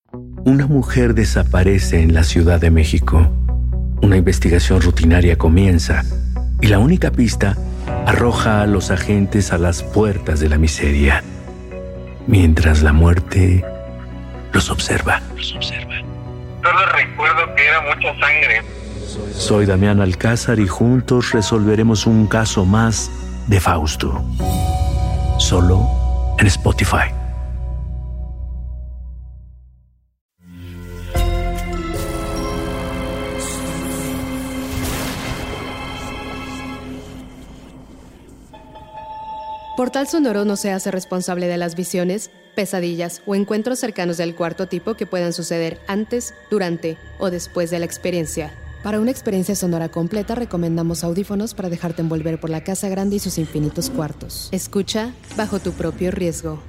Una mujer desaparece en la Ciudad de México. Una investigación rutinaria comienza y la única pista arroja a los agentes a las puertas de la miseria, mientras la muerte los observa. Solo recuerdo que era mucha sangre. Soy Damián Alcázar y juntos resolveremos un caso más de Fausto. Solo en Spotify. Portal Sonoro no se hace responsable de las visiones, pesadillas o encuentros cercanos del cuarto tipo que puedan suceder antes, durante o después de la experiencia. Para una experiencia sonora completa, recomendamos audífonos para dejarte envolver por la casa grande y sus infinitos cuartos. Escucha bajo tu propio riesgo.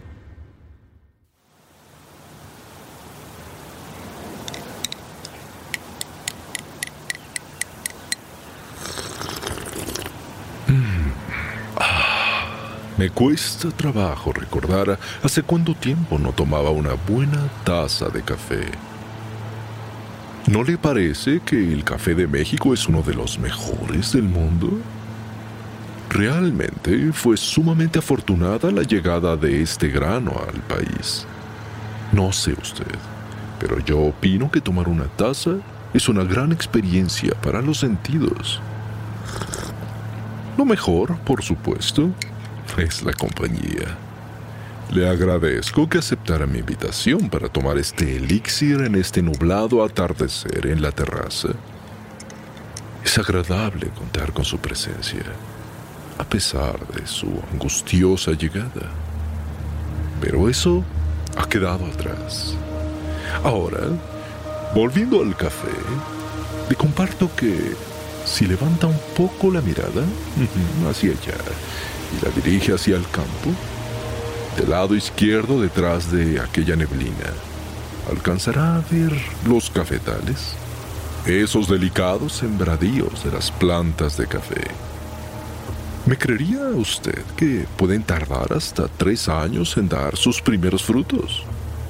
Me cuesta trabajo recordar hace cuánto tiempo no tomaba una buena taza de café. ¿No le parece que el café de México es uno de los mejores del mundo? Realmente fue sumamente afortunada la llegada de este grano al país. No sé usted, pero yo opino que tomar una taza es una gran experiencia para los sentidos. Lo mejor, por supuesto, es la compañía. Le agradezco que aceptara mi invitación para tomar este elixir en este nublado atardecer en la terraza. Es agradable contar con su presencia, a pesar de su angustiosa llegada. Pero eso ha quedado atrás. Ahora, volviendo al café, le comparto que si levanta un poco la mirada hacia allá y la dirige hacia el campo, del lado izquierdo, detrás de aquella neblina, alcanzará a ver los cafetales, esos delicados sembradíos de las plantas de café. ¿Me creería usted que pueden tardar hasta 3 años en dar sus primeros frutos?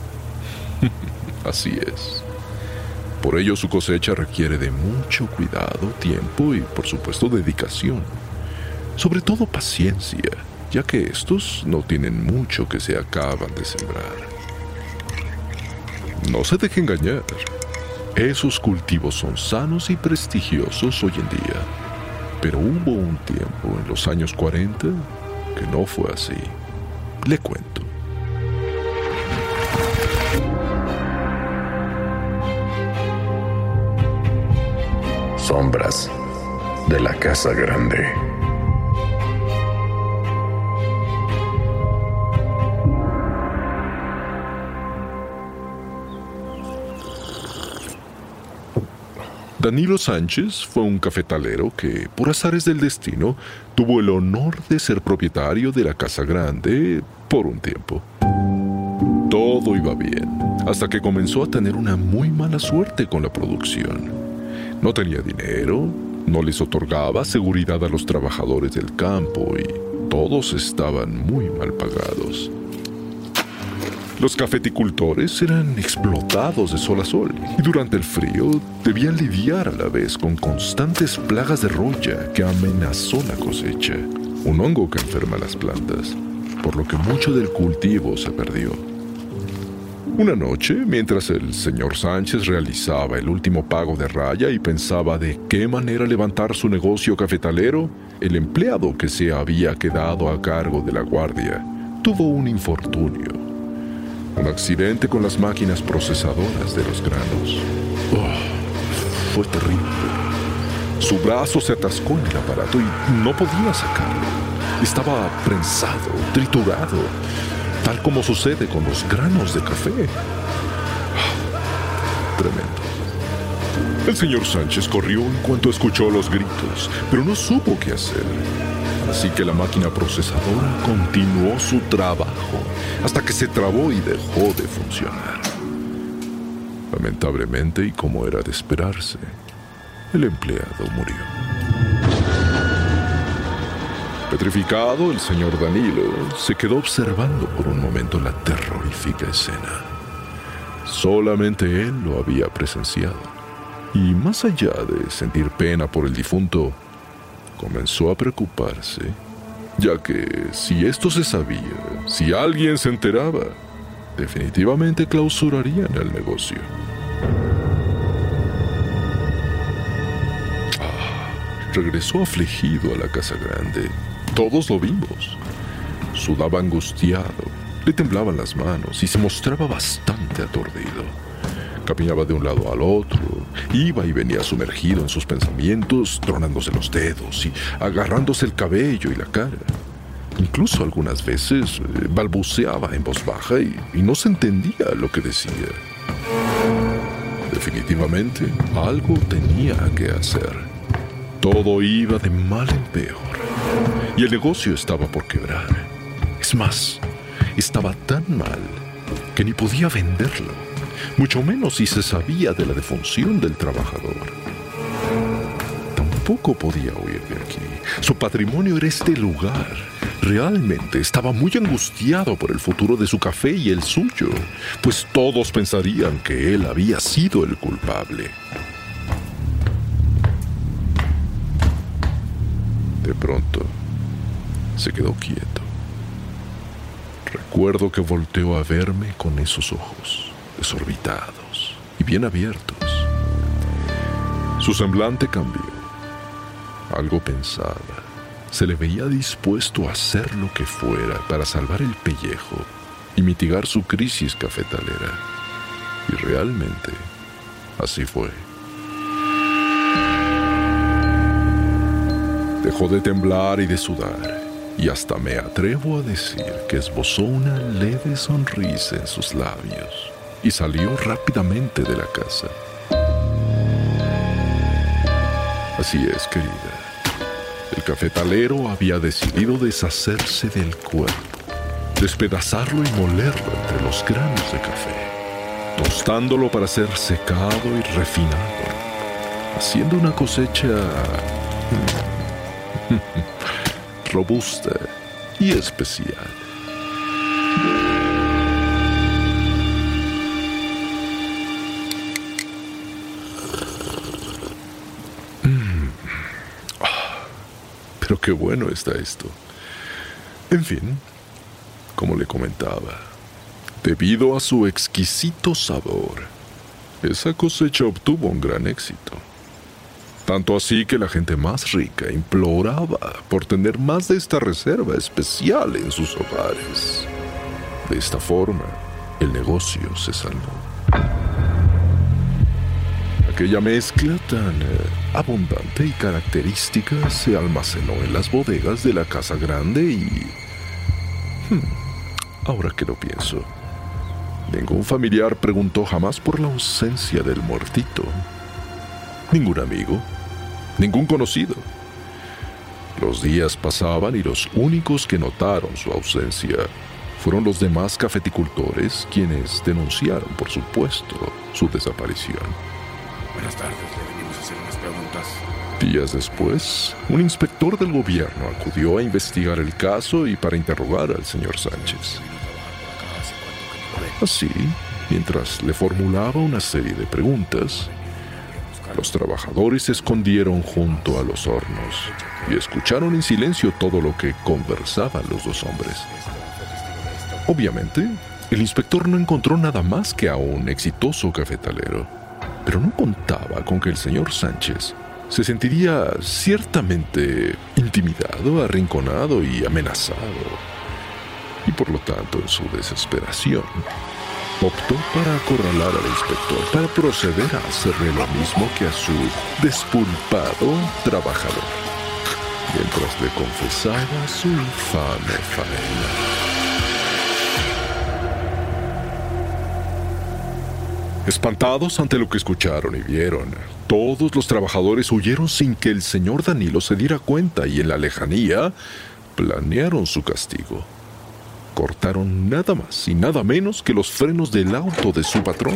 Así es. Por ello su cosecha requiere de mucho cuidado, tiempo y, por supuesto, dedicación. Sobre todo paciencia, ya que estos no tienen mucho que se acaban de sembrar. No se deje engañar. Esos cultivos son sanos y prestigiosos hoy en día. Pero hubo un tiempo en los años 40 que no fue así. Le cuento. Sombras de la Casa Grande. Danilo Sánchez fue un cafetalero que, por azares del destino, tuvo el honor de ser propietario de la Casa Grande por un tiempo. Todo iba bien, hasta que comenzó a tener una muy mala suerte con la producción. No tenía dinero, no les otorgaba seguridad a los trabajadores del campo y todos estaban muy mal pagados. Los cafeticultores eran explotados de sol a sol y durante el frío debían lidiar a la vez con constantes plagas de roya que amenazó la cosecha, un hongo que enferma las plantas, por lo que mucho del cultivo se perdió. Una noche, mientras el señor Sánchez realizaba el último pago de raya y pensaba de qué manera levantar su negocio cafetalero, el empleado que se había quedado a cargo de la guardia tuvo un infortunio. Un accidente con las máquinas procesadoras de los granos. Fue terrible. Su brazo se atascó en el aparato y no podía sacarlo. Estaba prensado, triturado, tal como sucede con los granos de café. Tremendo. El señor Sánchez corrió en cuanto escuchó los gritos, pero no supo qué hacer. Así que la máquina procesadora continuó su trabajo hasta que se trabó y dejó de funcionar. Lamentablemente, y como era de esperarse, el empleado murió. Petrificado, el señor Danilo se quedó observando por un momento la terrorífica escena. Solamente él lo había presenciado. Y más allá de sentir pena por el difunto, comenzó a preocuparse, ya que si esto se sabía, si alguien se enteraba, definitivamente clausurarían el negocio. Regresó afligido a la casa grande. Todos lo vimos. Sudaba angustiado, le temblaban las manos y se mostraba bastante aturdido. Caminaba de un lado al otro, iba y venía sumergido en sus pensamientos, tronándose los dedos y agarrándose el cabello y la cara. Incluso algunas veces balbuceaba en voz baja y no se entendía lo que decía. Definitivamente, algo tenía que hacer. Todo iba de mal en peor, y el negocio estaba por quebrar. Es más, estaba tan mal que ni podía venderlo, mucho menos si se sabía de la defunción del trabajador. Tampoco podía huir de aquí. Su patrimonio era este lugar. Realmente estaba muy angustiado por el futuro de su café y el suyo, pues todos pensarían que él había sido el culpable. De pronto, se quedó quieto. Recuerdo que volteó a verme con esos ojos, desorbitados y bien abiertos. Su semblante cambió. Algo pensaba. Se le veía dispuesto a hacer lo que fuera para salvar el pellejo y mitigar su crisis cafetalera. Y realmente, así fue. Dejó de temblar y de sudar, y hasta me atrevo a decir que esbozó una leve sonrisa en sus labios y salió rápidamente de la casa. Así es, querida. El cafetalero había decidido deshacerse del cuerpo, despedazarlo y molerlo entre los granos de café, tostándolo para ser secado y refinado, haciendo una cosecha robusta y especial. Pero qué bueno está esto. En fin, como le comentaba, debido a su exquisito sabor, esa cosecha obtuvo un gran éxito. Tanto así que la gente más rica imploraba por tener más de esta reserva especial en sus hogares. De esta forma, el negocio se salvó. Aquella mezcla tan abundante y característica se almacenó en las bodegas de la casa grande y... ahora que lo pienso, ningún familiar preguntó jamás por la ausencia del muertito. Ningún amigo, ningún conocido. Los días pasaban y los únicos que notaron su ausencia fueron los demás cafeticultores, quienes denunciaron, por supuesto, su desaparición. Buenas tardes, le venimos a hacer unas preguntas. Días después, un inspector del gobierno acudió a investigar el caso y para interrogar al señor Sánchez. Así, mientras le formulaba una serie de preguntas, los trabajadores se escondieron junto a los hornos y escucharon en silencio todo lo que conversaban los dos hombres. Obviamente, el inspector no encontró nada más que a un exitoso cafetalero, pero no contaba con que el señor Sánchez se sentiría ciertamente intimidado, arrinconado y amenazado. Y por lo tanto, en su desesperación, optó para acorralar al inspector para proceder a hacerle lo mismo que a su despulpado trabajador, mientras le confesaba su infame faena. Espantados ante lo que escucharon y vieron, todos los trabajadores huyeron sin que el señor Danilo se diera cuenta y en la lejanía planearon su castigo. Cortaron nada más y nada menos que los frenos del auto de su patrón.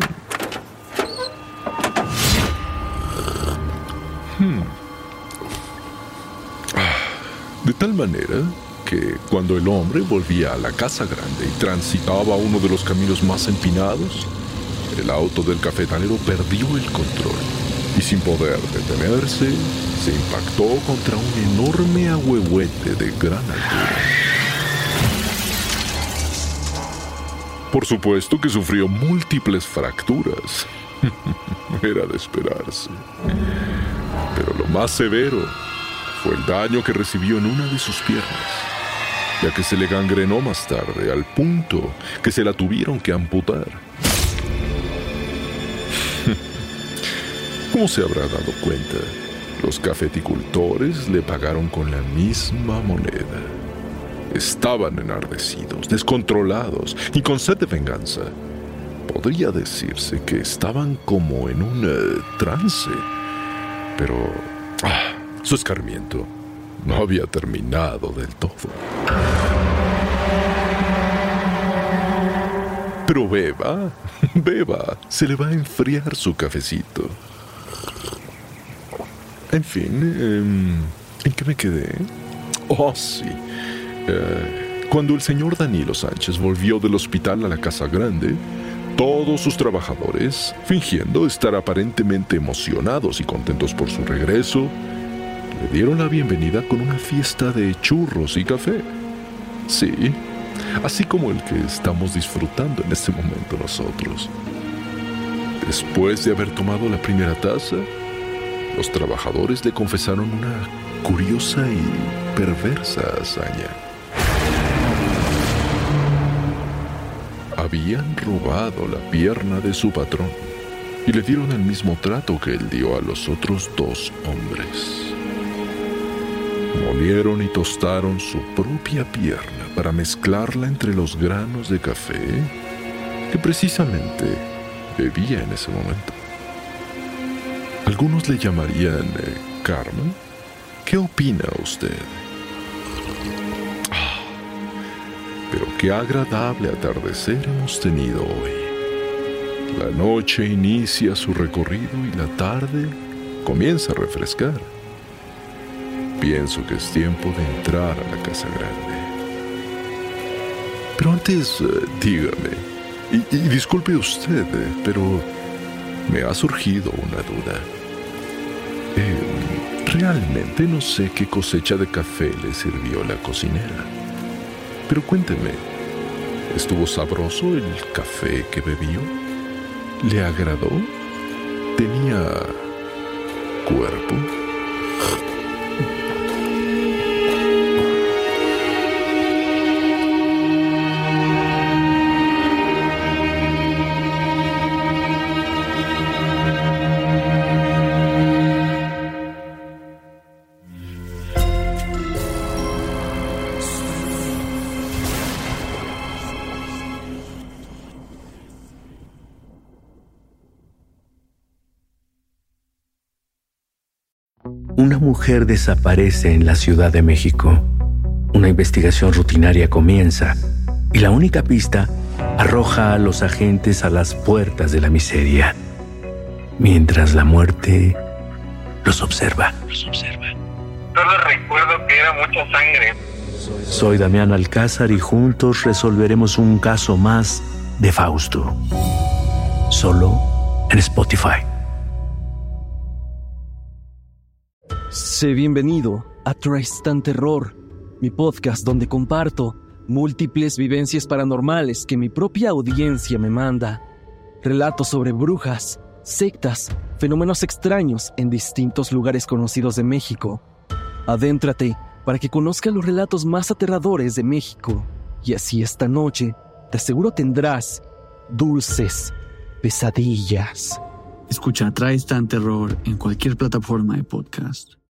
De tal manera que cuando el hombre volvía a la casa grande y transitaba uno de los caminos más empinados, el auto del cafetalero perdió el control y, sin poder detenerse, se impactó contra un enorme ahuehuete de gran altura. Por supuesto que sufrió múltiples fracturas. Era de esperarse. Pero lo más severo fue el daño que recibió en una de sus piernas, ya que se le gangrenó más tarde, al punto que se la tuvieron que amputar. Como se habrá dado cuenta, los cafeticultores le pagaron con la misma moneda. Estaban enardecidos, descontrolados y con sed de venganza. Podría decirse que estaban como en un trance, pero su escarmiento no había terminado del todo. Pero beba, se le va a enfriar su cafecito. En fin, ¿en qué me quedé? Oh, sí. Cuando el señor Danilo Sánchez volvió del hospital a la Casa Grande, todos sus trabajadores, fingiendo estar aparentemente emocionados y contentos por su regreso, le dieron la bienvenida con una fiesta de churros y café. Sí, así como el que estamos disfrutando en este momento nosotros. Después de haber tomado la primera taza, los trabajadores le confesaron una curiosa y perversa hazaña. Habían robado la pierna de su patrón y le dieron el mismo trato que él dio a los otros 2 hombres. Molieron y tostaron su propia pierna para mezclarla entre los granos de café que precisamente bebía en ese momento. Algunos le llamarían karma. ¿Qué opina usted? Pero qué agradable atardecer hemos tenido hoy. La noche inicia su recorrido y la tarde comienza a refrescar. Pienso que es tiempo de entrar a la Casa Grande. Pero antes, dígame, y disculpe usted, pero me ha surgido una duda. Realmente no sé qué cosecha de café le sirvió la cocinera. Pero cuénteme, ¿estuvo sabroso el café que bebió? ¿Le agradó? ¿Tenía cuerpo? Una mujer desaparece en la Ciudad de México. Una investigación rutinaria comienza y la única pista arroja a los agentes a las puertas de la miseria, mientras la muerte los observa. Solo recuerdo que era mucha sangre. Soy Damián Alcázar y juntos resolveremos un caso más de Fausto. Solo en Spotify. Sé bienvenido a Tristan Terror, mi podcast donde comparto múltiples vivencias paranormales que mi propia audiencia me manda. Relatos sobre brujas, sectas, fenómenos extraños en distintos lugares conocidos de México. Adéntrate para que conozcas los relatos más aterradores de México. Y así esta noche, te aseguro tendrás dulces pesadillas. Escucha Tristan Terror en cualquier plataforma de podcast.